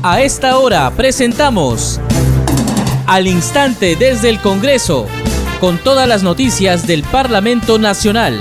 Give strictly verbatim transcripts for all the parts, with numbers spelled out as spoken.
A esta hora presentamos Al Instante desde el Congreso, con todas las noticias del Parlamento Nacional.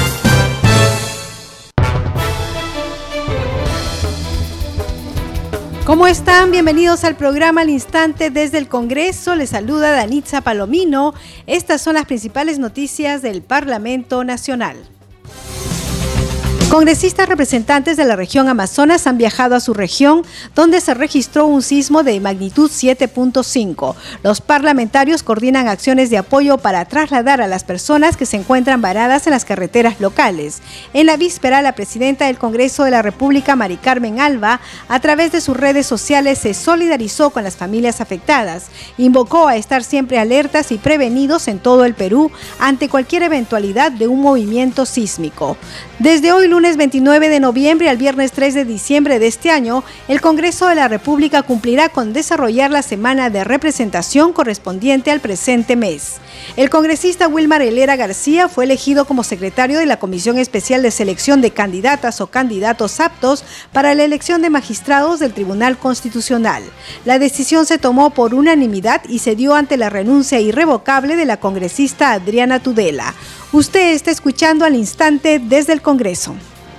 ¿Cómo están? Bienvenidos al programa Al Instante desde el Congreso. Les saluda Danitza Palomino. Estas son las principales noticias del Parlamento Nacional. Congresistas representantes de la región Amazonas han viajado a su región, donde se registró un sismo de magnitud siete punto cinco. Los parlamentarios coordinan acciones de apoyo para trasladar a las personas que se encuentran varadas en las carreteras locales. En la víspera, la presidenta del Congreso de la República, Mari Carmen Alba, a través de sus redes sociales se solidarizó con las familias afectadas. Invocó a estar siempre alertas y prevenidos en todo el Perú ante cualquier eventualidad de un movimiento sísmico. Desde hoy, lunes veintinueve de noviembre al viernes tres de diciembre de este año, el Congreso de la República cumplirá con desarrollar la semana de representación correspondiente al presente mes. El congresista Wilmar Helera García fue elegido como secretario de la Comisión Especial de Selección de Candidatas o Candidatos Aptos para la elección de magistrados del Tribunal Constitucional. La decisión se tomó por unanimidad y se dio ante la renuncia irrevocable de la congresista Adriana Tudela. Usted está escuchando Al Instante desde el Congreso.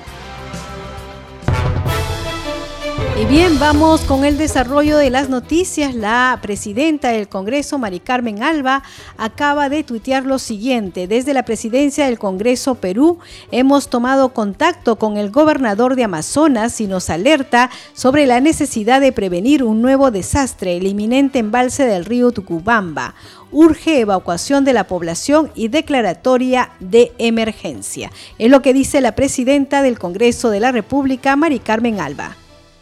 Y bien, vamos con el desarrollo de las noticias. La presidenta del Congreso, Mari Carmen Alba, acaba de tuitear lo siguiente: desde la presidencia del Congreso Perú hemos tomado contacto con el gobernador de Amazonas y nos alerta sobre la necesidad de prevenir un nuevo desastre, el inminente embalse del río Tucubamba. Urge evacuación de la población y declaratoria de emergencia. Es lo que dice la presidenta del Congreso de la República, Mari Carmen Alba.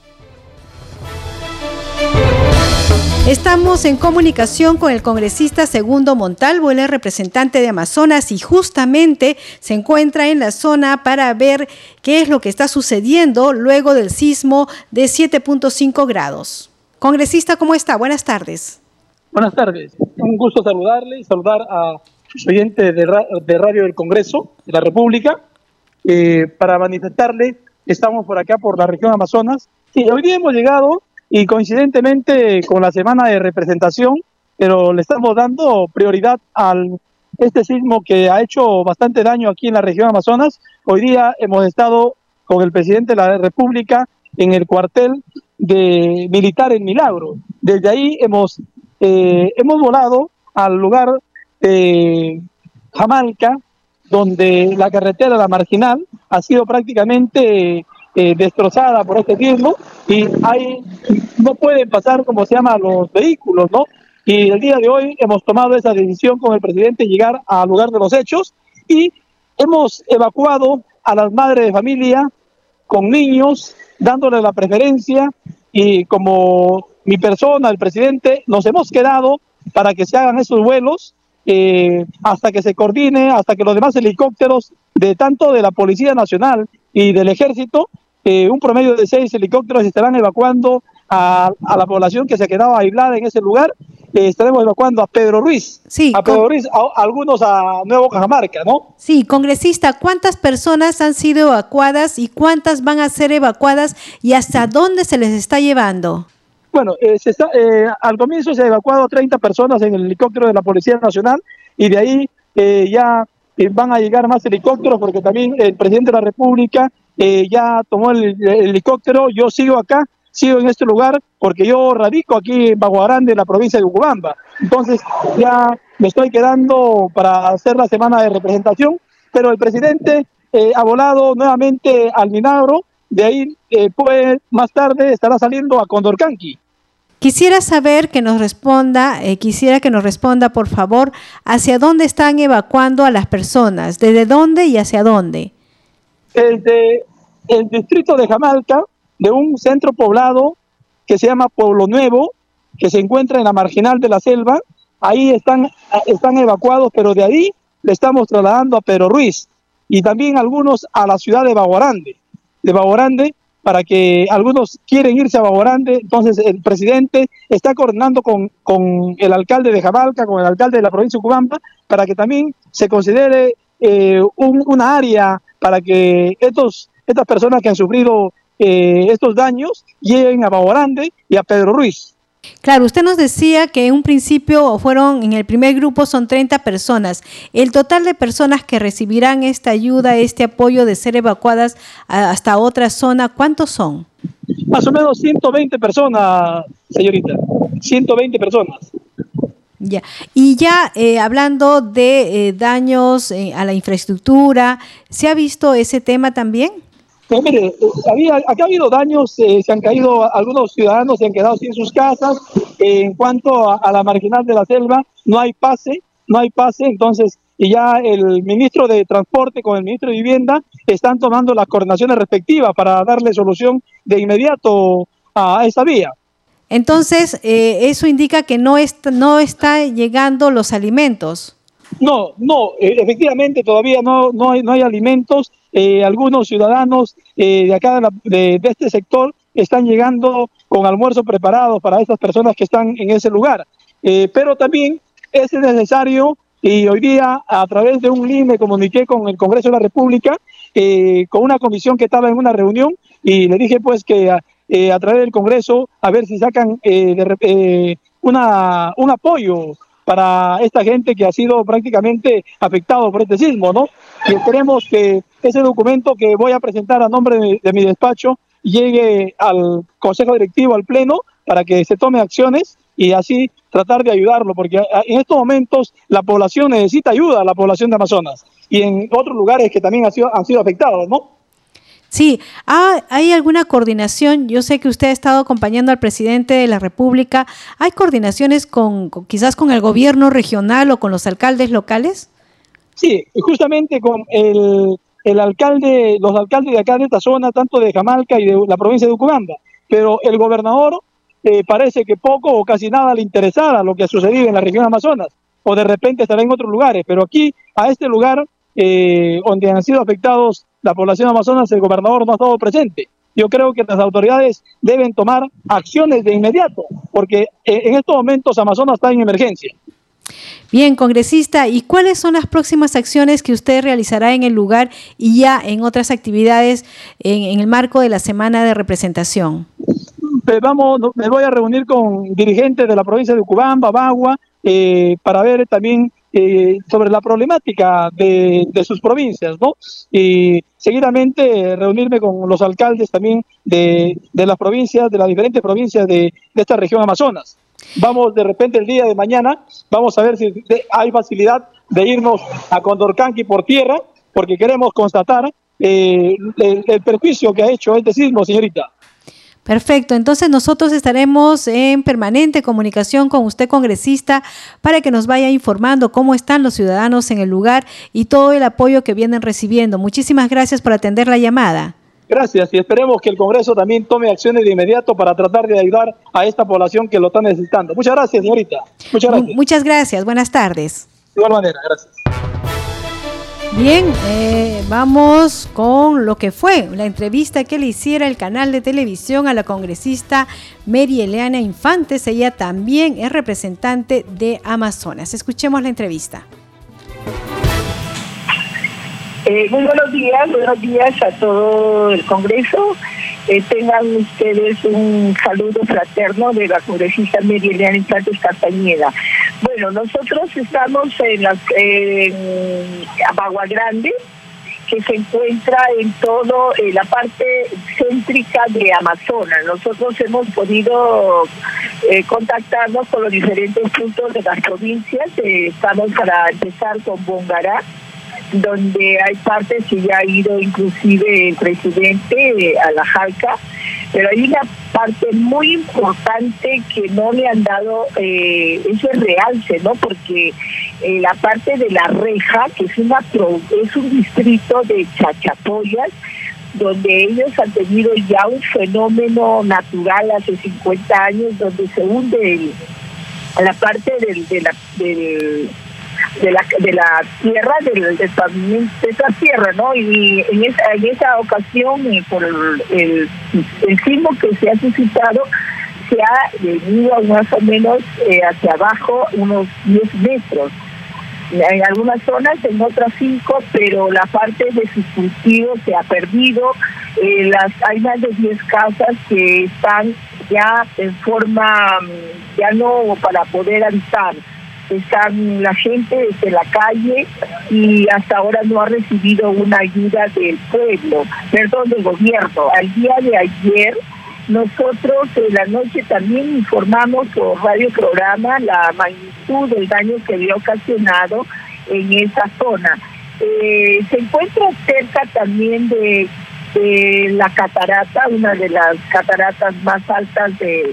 Estamos en comunicación con el congresista Segundo Montalvo, él es representante de Amazonas y justamente se encuentra en la zona para ver qué es lo que está sucediendo luego del sismo de siete punto cinco grados. Congresista, ¿cómo está? Buenas tardes. Buenas tardes. Un gusto saludarle y saludar a sus oyentes de, ra de Radio del Congreso de la República eh, para manifestarle que estamos por acá, por la región Amazonas. Sí, hoy día hemos llegado y coincidentemente con la semana de representación, pero le estamos dando prioridad a este sismo que ha hecho bastante daño aquí en la región Amazonas. Hoy día hemos estado con el presidente de la República en el cuartel de militar en Milagro. Desde ahí hemos, eh, hemos volado al lugar de Jamalca, donde la carretera, la marginal, ha sido prácticamente Eh, destrozada por este sismo y hay, no pueden pasar, como se llama, los vehículos, ¿no? Y el día de hoy hemos tomado esa decisión con el presidente, llegar al lugar de los hechos y hemos evacuado a las madres de familia con niños, dándole la preferencia, y como mi persona, el presidente, nos hemos quedado para que se hagan esos vuelos eh, hasta que se coordine, hasta que los demás helicópteros de tanto de la Policía Nacional y del Ejército, Eh, un promedio de seis helicópteros estarán evacuando a, a la población que se quedaba aislada en ese lugar. Eh, estaremos evacuando a Pedro Ruiz, sí, a Pedro Ruiz, a, a algunos a Nuevo Cajamarca, ¿no? Sí, congresista, ¿cuántas personas han sido evacuadas y cuántas van a ser evacuadas y hasta dónde se les está llevando? Bueno, eh, se está, eh, al comienzo se ha evacuado a treinta personas en el helicóptero de la Policía Nacional y de ahí eh, ya eh, van a llegar más helicópteros porque también el presidente de la República Eh, ya tomó el, el helicóptero. Yo sigo acá, sigo en este lugar porque yo radico aquí en Bagua Grande, en la provincia de Ucubamba. Entonces ya me estoy quedando para hacer la semana de representación, pero el presidente eh, ha volado nuevamente al Milagro, de ahí eh, pues, más tarde estará saliendo a Condorcanqui. Quisiera saber que nos responda, eh, quisiera que nos responda por favor, hacia dónde están evacuando a las personas, desde dónde y hacia dónde. Desde el distrito de Jamalca, de un centro poblado que se llama Pueblo Nuevo, que se encuentra en la marginal de la selva. Ahí están, están evacuados, pero de ahí le estamos trasladando a Pedro Ruiz y también algunos a la ciudad de Bagua Grande, de Bagua Grande, para que algunos quieren irse a Bagua Grande. Entonces el presidente está coordinando con, con el alcalde de Jamalca, con el alcalde de la provincia de Ucubamba, para que también se considere eh, un, una área para que estos, estas personas que han sufrido eh, estos daños lleguen a Babo Grande y a Pedro Ruiz. Claro, usted nos decía que en un principio fueron, en el primer grupo son treinta personas. El total de personas que recibirán esta ayuda, este apoyo de ser evacuadas a, hasta otra zona, ¿cuántos son? Más o menos ciento veinte personas, señorita, ciento veinte personas. Ya. Y ya eh, hablando de eh, daños eh, a la infraestructura, ¿se ha visto ese tema también? Pues mire, había, acá ha habido daños, eh, se han caído, algunos ciudadanos se han quedado sin sus casas. Eh, en cuanto a, a la marginal de la selva, no hay pase, no hay pase, entonces, y ya el ministro de Transporte con el ministro de Vivienda están tomando las coordinaciones respectivas para darle solución de inmediato a, a esa vía. Entonces, eh, eso indica que no está, no está llegando los alimentos. No, no, eh, efectivamente todavía no, no, hay, no hay alimentos. Eh, algunos ciudadanos eh, de acá de, la, de, de este sector están llegando con almuerzo preparado para estas personas que están en ese lugar. Eh, pero también es necesario, y hoy día a través de un link me comuniqué con el Congreso de la República, eh, con una comisión que estaba en una reunión, y le dije pues que eh, a través del Congreso a ver si sacan eh, de, eh, una, un apoyo para esta gente que ha sido prácticamente afectado por este sismo, ¿no? Y esperemos que ese documento que voy a presentar a nombre de, de mi despacho llegue al Consejo Directivo, al Pleno, para que se tome acciones y así tratar de ayudarlo, porque en estos momentos la población necesita ayuda, la población de Amazonas, y en otros lugares que también han sido, han sido afectados, ¿no? Sí, ¿hay alguna coordinación? Yo sé que usted ha estado acompañando al presidente de la República. ¿Hay coordinaciones con, con quizás con el gobierno regional o con los alcaldes locales? Sí, justamente con el, el alcalde, los alcaldes de acá de esta zona, tanto de Jamalca y de la provincia de Ucubamba, pero el gobernador eh, parece que poco o casi nada le interesara lo que ha sucedido en la región Amazonas, o de repente estará en otros lugares, pero aquí, a este lugar, eh, donde han sido afectados la población Amazonas, el gobernador no ha estado presente. Yo creo que las autoridades deben tomar acciones de inmediato, porque en estos momentos Amazonas está en emergencia. Bien, congresista, ¿y cuáles son las próximas acciones que usted realizará en el lugar y ya en otras actividades en, en el marco de la semana de representación? Pues vamos, me voy a reunir con dirigentes de la provincia de Ucubamba, Bagua, eh, para ver también eh, sobre la problemática de, de sus provincias, ¿no? Y seguidamente reunirme con los alcaldes también de, de las provincias, de las diferentes provincias de, de esta región Amazonas. Vamos de repente el día de mañana, vamos a ver si hay facilidad de irnos a Condorcanqui por tierra, porque queremos constatar eh, el, el perjuicio que ha hecho este sismo, señorita. Perfecto, entonces nosotros estaremos en permanente comunicación con usted, congresista, para que nos vaya informando cómo están los ciudadanos en el lugar y todo el apoyo que vienen recibiendo. Muchísimas gracias por atender la llamada. Gracias, y esperemos que el Congreso también tome acciones de inmediato para tratar de ayudar a esta población que lo está necesitando. Muchas gracias, señorita. Muchas gracias. Muchas gracias, buenas tardes. De igual manera, gracias. Bien, eh, vamos con lo que fue la entrevista que le hiciera el canal de televisión a la congresista Mary Eliana Infantes. Ella también es representante de Amazonas. Escuchemos la entrevista. Eh, muy buenos días, buenos días a todo el Congreso. Eh, tengan ustedes un saludo fraterno de la congresista Mary Eliana Infantes Castañeda. Bueno, nosotros estamos en, la, en Bagua Grande, que se encuentra en todo eh, la parte céntrica de Amazonas. Nosotros hemos podido eh, contactarnos con los diferentes puntos de las provincias. Eh, estamos para empezar con Bongará, donde hay partes que ya ha ido inclusive el presidente eh, a la Jalca, pero hay una parte muy importante que no le han dado eh, ese realce, ¿no? Porque eh, la parte de La Reja, que es una pro, es un distrito de Chachapoyas, donde ellos han tenido ya un fenómeno natural hace cincuenta años, donde se hunde el, la parte del, de la del de la de la tierra del, del pavimento de esa tierra, ¿no? Y en esa en esa ocasión eh, por el, el el sismo que se ha suscitado se ha venido más o menos eh, hacia abajo unos diez metros. en algunas zonas, en otras cinco, pero la parte de sus cultivos se ha perdido. Eh, las, hay más de diez casas que están ya en forma, ya no para poder habitar. Están la gente desde la calle y hasta ahora no ha recibido una ayuda del pueblo, perdón, del gobierno. Al día de ayer, nosotros en la noche también informamos por radio programa la magnitud del daño que había ocasionado en esa zona. Eh, se encuentra cerca también de, de la catarata, una de las cataratas más altas de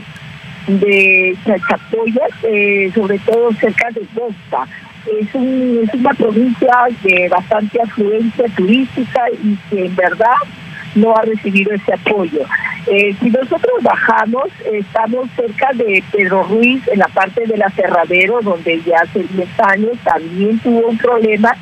de Chachapoyas, eh, sobre todo cerca de Bosta. Es, un, es una provincia de bastante afluencia turística y que en verdad no ha recibido ese apoyo. Eh, si nosotros bajamos, estamos cerca de Pedro Ruiz, en la parte del aserradero, donde ya hace diez años también tuvo un problema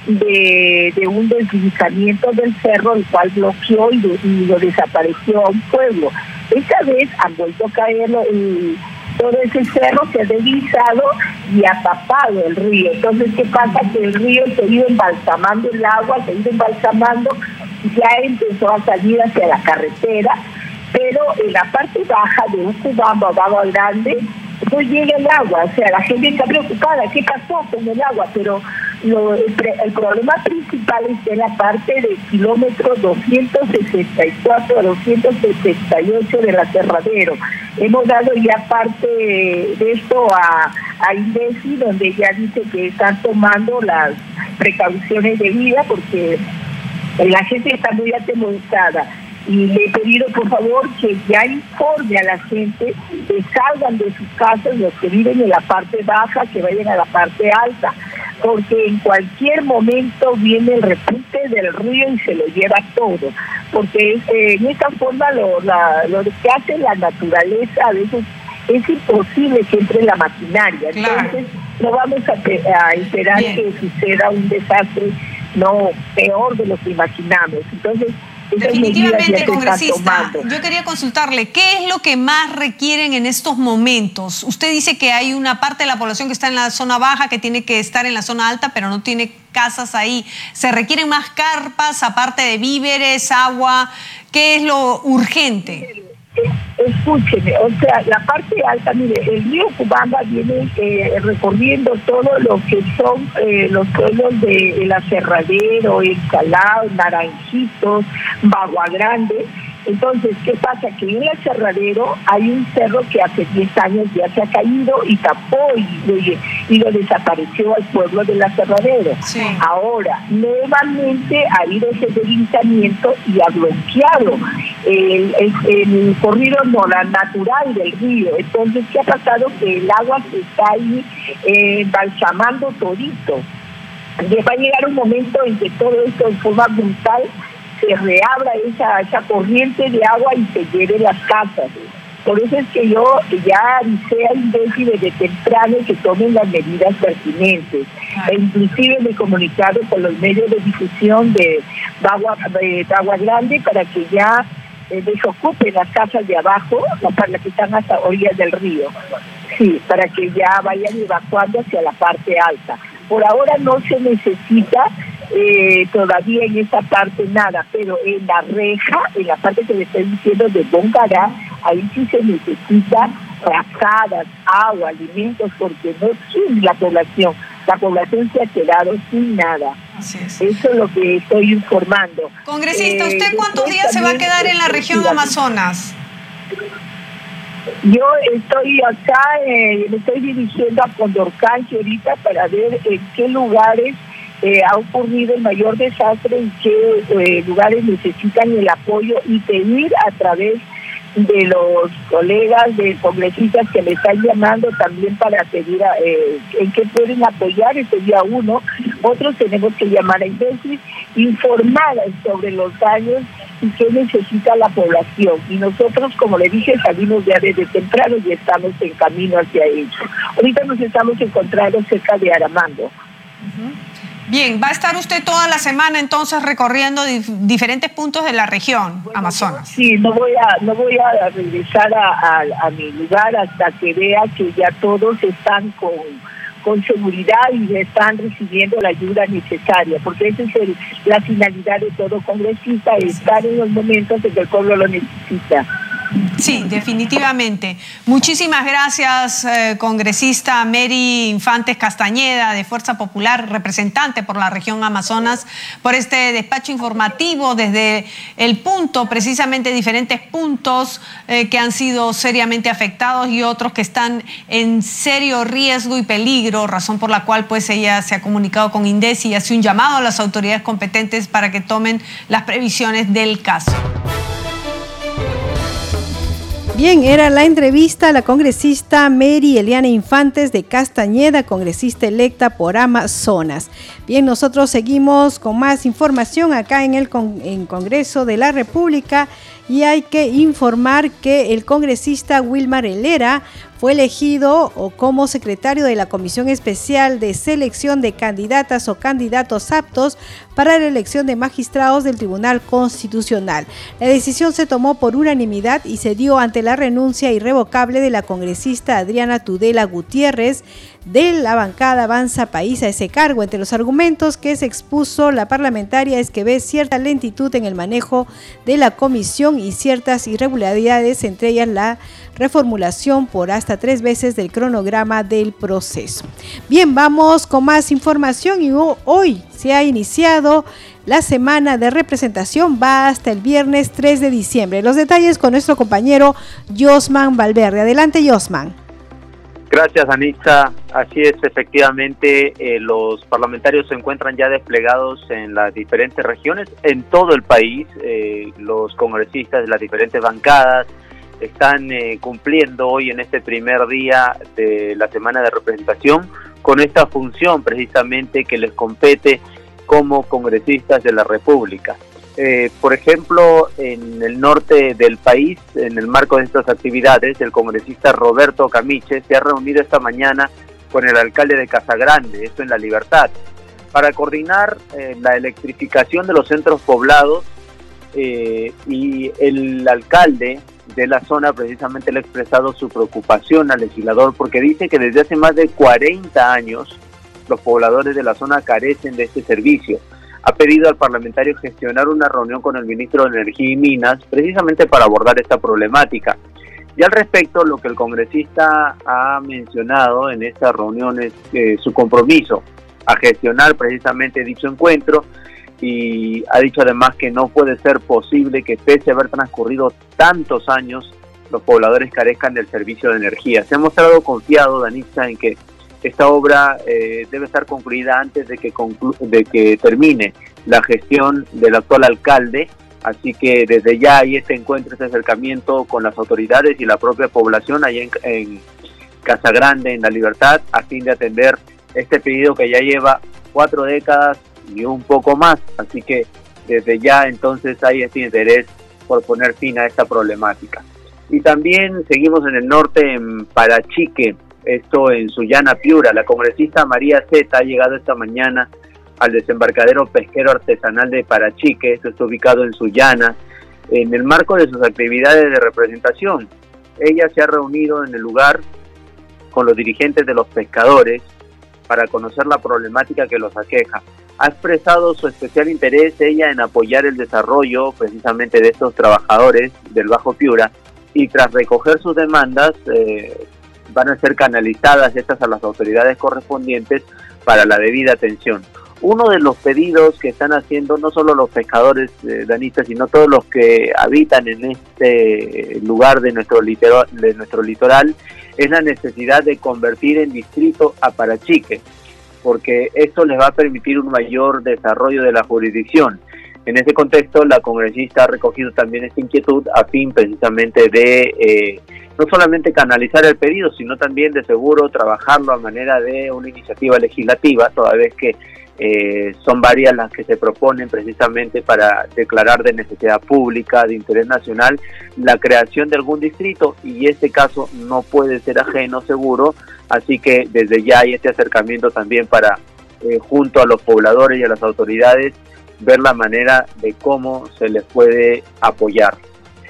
de, de un deslizamiento del cerro, el cual bloqueó y, de, y lo desapareció a un pueblo. Esta vez han vuelto a caer y todo ese cerro se ha deslizado y ha tapado el río. Entonces, ¿qué pasa? Que el río se ha ido embalsamando el agua, se ha ido embalsamando, ya empezó a salir hacia la carretera, pero en la parte baja de Ucubamba, Bagua Grande, no llega el agua. O sea, la gente está preocupada, ¿qué pasó con el agua? Pero lo, el, el problema principal es en la parte del kilómetro doscientos sesenta y cuatro a doscientos sesenta y ocho del aserradero. Hemos dado ya parte de esto a, a INDECI, donde ya dice que están tomando las precauciones debidas porque la gente está muy atemorizada. Y le he pedido, por favor, que ya informe a la gente que salgan de sus casas, los que viven en la parte baja, que vayan a la parte alta, porque en cualquier momento viene el repunte del río y se lo lleva todo. Porque eh, en esta forma lo, la, lo que hace la naturaleza a veces es imposible que entre la maquinaria. Claro. Entonces no vamos a, a esperar Bien. que suceda un desastre no peor de lo que imaginamos. Entonces, definitivamente, congresista, yo quería consultarle, ¿qué es lo que más requieren en estos momentos? Usted dice que hay una parte de la población que está en la zona baja, que tiene que estar en la zona alta, pero no tiene casas ahí. ¿Se requieren más carpas, aparte de víveres, agua? ¿Qué es lo urgente? Escúcheme, o sea, la parte alta, mire, el río Ucubamba viene eh, recorriendo todo lo que son eh, los pueblos de El Aserradero, El Salado, Naranjitos, Bagua Grande. Entonces, ¿qué pasa? Que en El Aserradero hay un cerro que hace diez años ya se ha caído y tapó y, y, y lo desapareció al pueblo del Aserradero. Sí. Ahora, nuevamente ha habido ese deslizamiento y ha bloqueado el, el, el corrido no, la natural del río. Entonces, ¿qué ha pasado? Que el agua se está ahí eh, embalsamando todito. Va a llegar un momento en que todo esto en forma brutal se reabra esa, esa corriente de agua y se lleve las casas. Por eso es que yo ya avisé a INDECI desde temprano que tomen las medidas pertinentes. Ah. E inclusive me he comunicado con los medios de difusión de Bagua, de Bagua Grande para que ya eh, desocupen las casas de abajo, para las que están hasta orillas del río. Sí, para que ya vayan evacuando hacia la parte alta. Por ahora no se necesita eh, todavía en esa parte nada, pero en la reja, en la parte que le estoy diciendo de Bongará, ahí sí se necesita razadas, agua, alimentos, porque no tiene la población. La población se ha quedado sin nada. Así es. Eso es lo que estoy informando. Congresista, ¿usted eh, cuántos días se va a quedar en la región Amazonas? Yo estoy acá, eh, me estoy dirigiendo a Condorcanqui ahorita para ver en qué lugares eh, ha ocurrido el mayor desastre, en qué eh, lugares necesitan el apoyo y pedir a través de los colegas de congresistas que me están llamando también para pedir a, eh, en qué pueden apoyar ese día uno. Otros tenemos que llamar a INDECI, informar sobre los daños y qué necesita la población. Y nosotros, como le dije, salimos ya desde temprano y estamos en camino hacia ello. Ahorita nos estamos encontrando cerca de Aramando. Uh-huh. Bien, va a estar usted toda la semana entonces recorriendo dif diferentes puntos de la región bueno, Amazonas. Sí, no voy a no voy a regresar a, a, a mi lugar hasta que vea que ya todos están con, con seguridad y están recibiendo la ayuda necesaria, porque esa es el, la finalidad de todo congresista, estar en los momentos en que el pueblo lo necesita. Sí, definitivamente. Muchísimas gracias, eh, congresista Mary Infantes Castañeda, de Fuerza Popular, representante por la región Amazonas, por este despacho informativo desde el punto, precisamente diferentes puntos eh, que han sido seriamente afectados y otros que están en serio riesgo y peligro, razón por la cual pues ella se ha comunicado con INDECI y hace un llamado a las autoridades competentes para que tomen las previsiones del caso. Bien, era la entrevista a la congresista Mary Eliana Infantes de Castañeda, congresista electa por Amazonas. Bien, nosotros seguimos con más información acá en el con- en Congreso de la República y hay que informar que el congresista Wilmar Helera fue elegido como secretario de la Comisión Especial de Selección de Candidatas o Candidatos Aptos para la elección de magistrados del Tribunal Constitucional. La decisión se tomó por unanimidad y se dio ante la renuncia irrevocable de la congresista Adriana Tudela Gutiérrez de la bancada Avanza País a ese cargo. Entre los argumentos que se expuso la parlamentaria es que ve cierta lentitud en el manejo de la comisión y ciertas irregularidades, entre ellas la reformulación por hasta tres veces del cronograma del proceso. Bien, vamos con más información y hoy se ha iniciado la semana de representación, va hasta el viernes tres de diciembre. Los detalles con nuestro compañero Josman Valverde. Adelante, Josman. Gracias, Anitza. Así es, efectivamente, eh, los parlamentarios se encuentran ya desplegados en las diferentes regiones, en todo el país. Eh, los congresistas de las diferentes bancadas están eh, cumpliendo hoy en este primer día de la semana de representación con esta función precisamente que les compete como congresistas de la República. Eh, por ejemplo, en el norte del país, en el marco de estas actividades, el congresista Roberto Camiche se ha reunido esta mañana con el alcalde de Casagrande, esto en La Libertad, para coordinar eh, la electrificación de los centros poblados eh, y el alcalde de la zona precisamente le ha expresado su preocupación al legislador porque dice que desde hace más de cuarenta años los pobladores de la zona carecen de este servicio. Ha pedido al parlamentario gestionar una reunión con el ministro de Energía y Minas precisamente para abordar esta problemática. Y al respecto, lo que el congresista ha mencionado en esta reunión es eh, su compromiso a gestionar precisamente dicho encuentro y ha dicho además que no puede ser posible que pese a haber transcurrido tantos años los pobladores carezcan del servicio de energía. Se ha mostrado confiado, Danitza, en que esta obra eh, debe estar concluida antes de que, conclu- de que termine la gestión del actual alcalde, así que desde ya hay este encuentro, este acercamiento con las autoridades y la propia población allá en, en Casagrande, en La Libertad, a fin de atender este pedido que ya lleva cuatro décadas y un poco más, así que desde ya entonces hay este interés por poner fin a esta problemática. Y también seguimos en el norte, en Parachique, esto en Sullana, Piura. La congresista María Zeta ha llegado esta mañana al desembarcadero pesquero artesanal de Parachique, esto está ubicado en Sullana, en el marco de sus actividades de representación. Ella se ha reunido en el lugar con los dirigentes de los pescadores para conocer la problemática que los aqueja. Ha expresado su especial interés ella en apoyar el desarrollo precisamente de estos trabajadores del Bajo Piura y tras recoger sus demandas eh, van a ser canalizadas estas a las autoridades correspondientes para la debida atención. Uno de los pedidos que están haciendo no solo los pescadores eh, danistas, sino todos los que habitan en este lugar de nuestro litoral, de nuestro litoral, es la necesidad de convertir en distrito a Parachique, porque esto les va a permitir un mayor desarrollo de la jurisdicción. En ese contexto, la congresista ha recogido también esta inquietud a fin precisamente de eh, no solamente canalizar el pedido, sino también de seguro trabajarlo a manera de una iniciativa legislativa, toda vez que eh, son varias las que se proponen precisamente para declarar de necesidad pública, de interés nacional, la creación de algún distrito, y este caso no puede ser ajeno, seguro, así que desde ya hay este acercamiento también para, eh, junto a los pobladores y a las autoridades, ver la manera de cómo se les puede apoyar.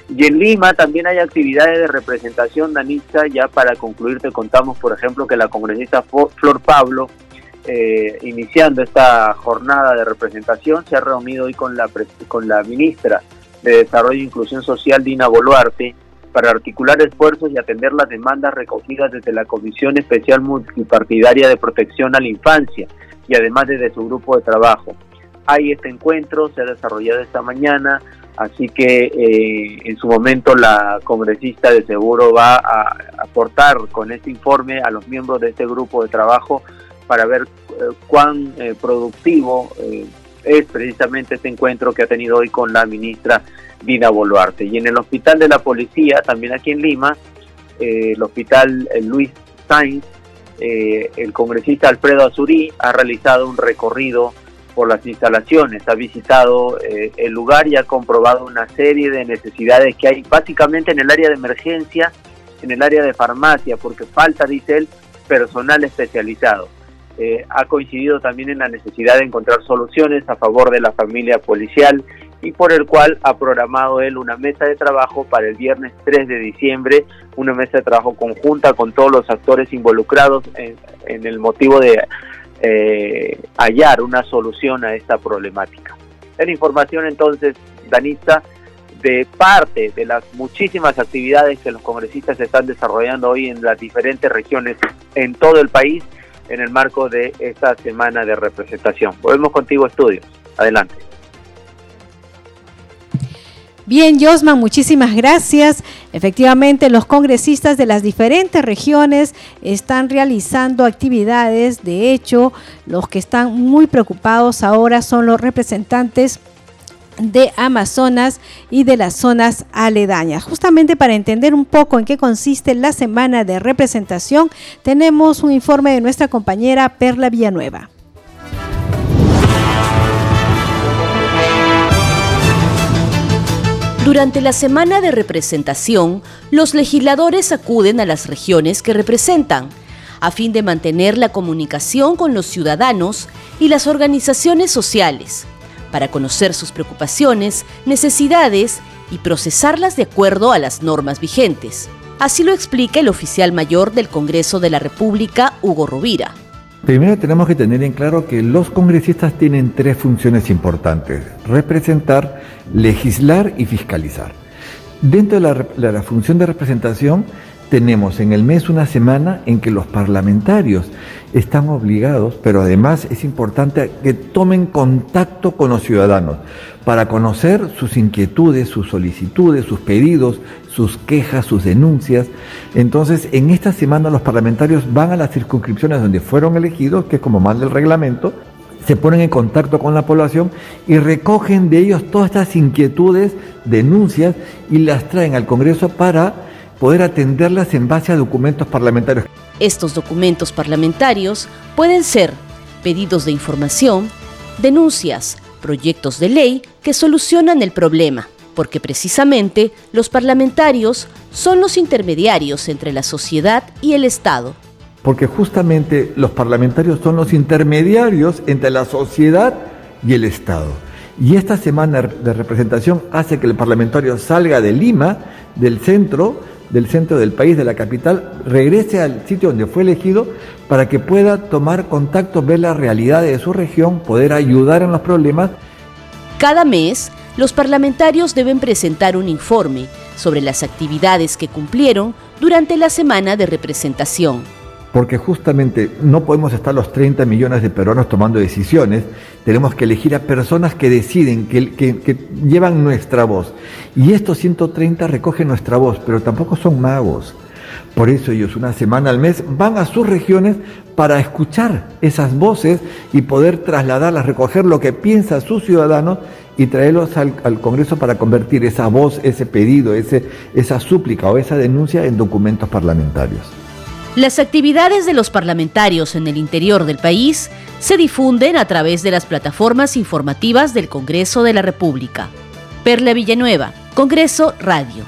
Y en Lima también hay actividades de representación, Danitza. Ya para concluir te contamos, por ejemplo, que la congresista Flor Pablo, eh, iniciando esta jornada de representación, se ha reunido hoy con la, con la ministra de Desarrollo e Inclusión Social, Dina Boluarte, para articular esfuerzos y atender las demandas recogidas desde la Comisión Especial Multipartidaria de Protección a la Infancia y además desde su grupo de trabajo. Hay este encuentro, se ha desarrollado esta mañana, así que eh, en su momento la congresista de seguro va a aportar con este informe a los miembros de este grupo de trabajo para ver eh, cuán eh, productivo eh, es precisamente este encuentro que ha tenido hoy con la ministra Dina Boluarte. Y en el Hospital de la Policía, también aquí en Lima, eh, el Hospital eh, Luis Sainz, eh, el congresista Alfredo Azurí ha realizado un recorrido por las instalaciones, ha visitado eh, el lugar y ha comprobado una serie de necesidades que hay básicamente en el área de emergencia, en el área de farmacia, porque falta, dice él, personal especializado. Eh, ha coincidido también en la necesidad de encontrar soluciones a favor de la familia policial y por el cual ha programado él una mesa de trabajo para el viernes tres de diciembre, una mesa de trabajo conjunta con todos los actores involucrados en, en el motivo de eh, hallar una solución a esta problemática. Es la información entonces, Danitza, de parte de las muchísimas actividades que los congresistas están desarrollando hoy en las diferentes regiones en todo el país en el marco de esta semana de representación. Volvemos contigo, Estudios. Adelante. Bien, Josman, muchísimas gracias. Efectivamente, los congresistas de las diferentes regiones están realizando actividades. De hecho, los que están muy preocupados ahora son los representantes de Amazonas y de las zonas aledañas. Justamente para entender un poco en qué consiste la semana de representación, tenemos un informe de nuestra compañera Perla Villanueva. Durante la semana de representación, los legisladores acuden a las regiones que representan, a fin de mantener la comunicación con los ciudadanos y las organizaciones sociales, para conocer sus preocupaciones, necesidades y procesarlas de acuerdo a las normas vigentes. Así lo explica el oficial mayor del Congreso de la República, Hugo Rovira. Primero tenemos que tener en claro que los congresistas tienen tres funciones importantes: representar, legislar y fiscalizar. Dentro de la, de la función de representación tenemos en el mes una semana en que los parlamentarios están obligados, pero además es importante que tomen contacto con los ciudadanos para conocer sus inquietudes, sus solicitudes, sus pedidos, sus quejas, sus denuncias. Entonces, en esta semana los parlamentarios van a las circunscripciones donde fueron elegidos, que es como manda el reglamento, se ponen en contacto con la población y recogen de ellos todas estas inquietudes, denuncias, y las traen al Congreso para poder atenderlas en base a documentos parlamentarios. Estos documentos parlamentarios pueden ser pedidos de información, denuncias, proyectos de ley que solucionan el problema, porque precisamente los parlamentarios son los intermediarios entre la sociedad y el Estado. Porque justamente los parlamentarios son los intermediarios entre la sociedad y el Estado. Y esta semana de representación hace que el parlamentario salga de Lima, del centro, del centro del país, de la capital, regrese al sitio donde fue elegido para que pueda tomar contacto, ver la realidad de su región, poder ayudar en los problemas. Cada mes, los parlamentarios deben presentar un informe sobre las actividades que cumplieron durante la semana de representación. Porque justamente no podemos estar los treinta millones de peruanos tomando decisiones, tenemos que elegir a personas que deciden, que, que, que llevan nuestra voz. Y estos ciento treinta recogen nuestra voz, pero tampoco son magos. Por eso ellos una semana al mes van a sus regiones para escuchar esas voces y poder trasladarlas, recoger lo que piensan sus ciudadanos y traerlos al, al Congreso para convertir esa voz, ese pedido, ese, esa súplica o esa denuncia en documentos parlamentarios. Las actividades de los parlamentarios en el interior del país se difunden a través de las plataformas informativas del Congreso de la República. Perla Villanueva, Congreso Radio.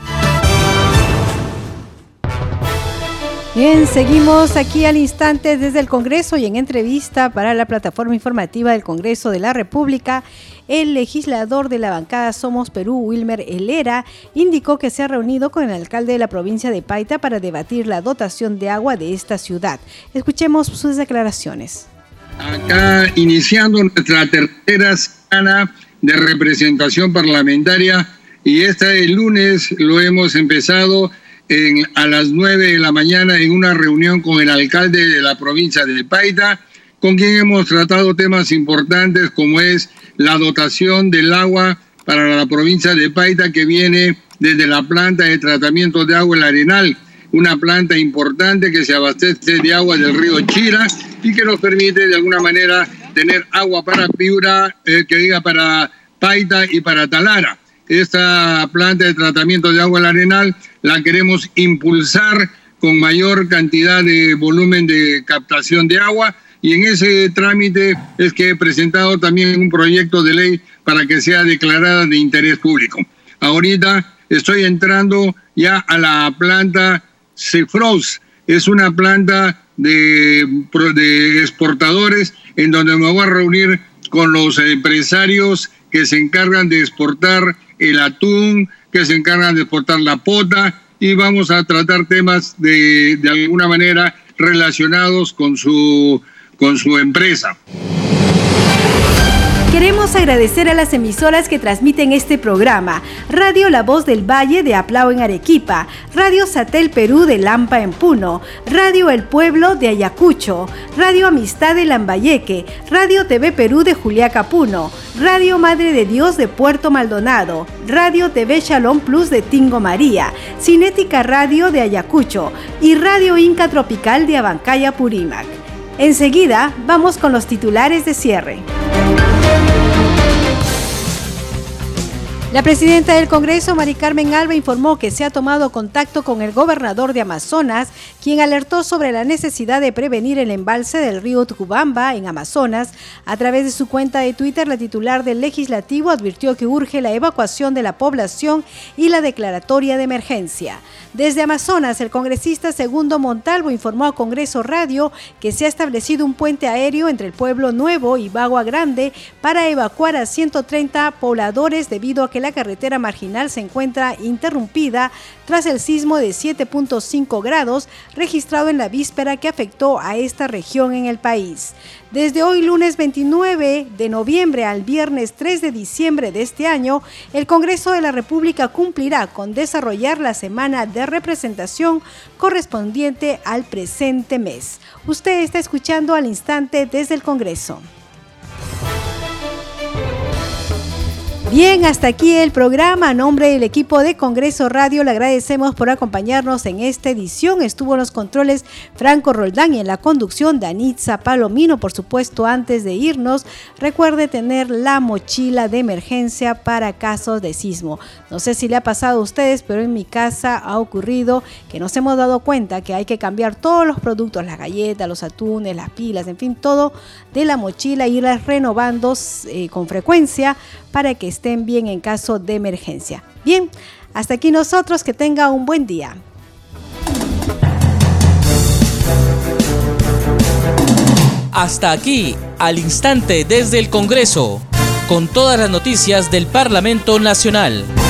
Bien, seguimos aquí al instante desde el Congreso y en entrevista para la plataforma informativa del Congreso de la República. el legislador de la bancada Somos Perú, Wilmer Helera, indicó que se ha reunido con el alcalde de la provincia de Paita para debatir la dotación de agua de esta ciudad. Escuchemos sus declaraciones. Acá iniciando nuestra tercera semana de representación parlamentaria, y este lunes lo hemos empezado en, a las nueve de la mañana en una reunión con el alcalde de la provincia de Paita, con quien hemos tratado temas importantes como es la dotación del agua para la provincia de Paita, que viene desde la planta de tratamiento de agua El Arenal, una planta importante que se abastece de agua del río Chira y que nos permite de alguna manera tener agua para Piura, eh, que diga para Paita y para Talara. Esta planta de tratamiento de agua El Arenal la queremos impulsar con mayor cantidad de volumen de captación de agua, y en ese trámite es que he presentado también un proyecto de ley para que sea declarada de interés público. Ahorita estoy entrando ya a la planta Cefros, es una planta de, de exportadores en donde me voy a reunir con los empresarios que se encargan de exportar el atún, que se encargan de exportar la pota, y vamos a tratar temas de, de alguna manera relacionados con su, con su empresa. Queremos agradecer a las emisoras que transmiten este programa: Radio La Voz del Valle de Aplao en Arequipa, Radio Satel Perú de Lampa en Puno, Radio El Pueblo de Ayacucho, Radio Amistad de Lambayeque, Radio T V Perú de Juliaca Puno, Radio Madre de Dios de Puerto Maldonado, Radio T V Shalom Plus de Tingo María, Cinética Radio de Ayacucho y Radio Inca Tropical de Abancaya Purímac. Enseguida vamos con los titulares de cierre. La presidenta del Congreso, Mari Carmen Alba, informó que se ha tomado contacto con el gobernador de Amazonas, quien alertó sobre la necesidad de prevenir el embalse del río Tucubamba en Amazonas. A través de su cuenta de Twitter, la titular del Legislativo advirtió que urge la evacuación de la población y la declaratoria de emergencia. Desde Amazonas, el congresista Segundo Montalvo informó a Congreso Radio que se ha establecido un puente aéreo entre el Pueblo Nuevo y Bagua Grande para evacuar a ciento treinta pobladores debido a que la carretera marginal se encuentra interrumpida tras el sismo de siete punto cinco grados registrado en la víspera que afectó a esta región en el país. Desde hoy, lunes veintinueve de noviembre al viernes tres de diciembre de este año, el Congreso de la República cumplirá con desarrollar la semana de representación correspondiente al presente mes. Usted está escuchando Al Instante desde el Congreso. Bien, hasta aquí el programa. A nombre del equipo de Congreso Radio le agradecemos por acompañarnos en esta edición. Estuvo en los controles Franco Roldán y en la conducción Danitza Palomino. Por supuesto, antes de irnos, recuerde tener la mochila de emergencia para casos de sismo. No sé si le ha pasado a ustedes, pero en mi casa ha ocurrido que nos hemos dado cuenta que hay que cambiar todos los productos, las galletas, los atunes, las pilas, en fin, todo de la mochila, irlas renovando eh, con frecuencia para que estén bien en caso de emergencia. Bien, hasta aquí nosotros, que tenga un buen día. Hasta aquí, Al Instante desde el Congreso, con todas las noticias del Parlamento Nacional.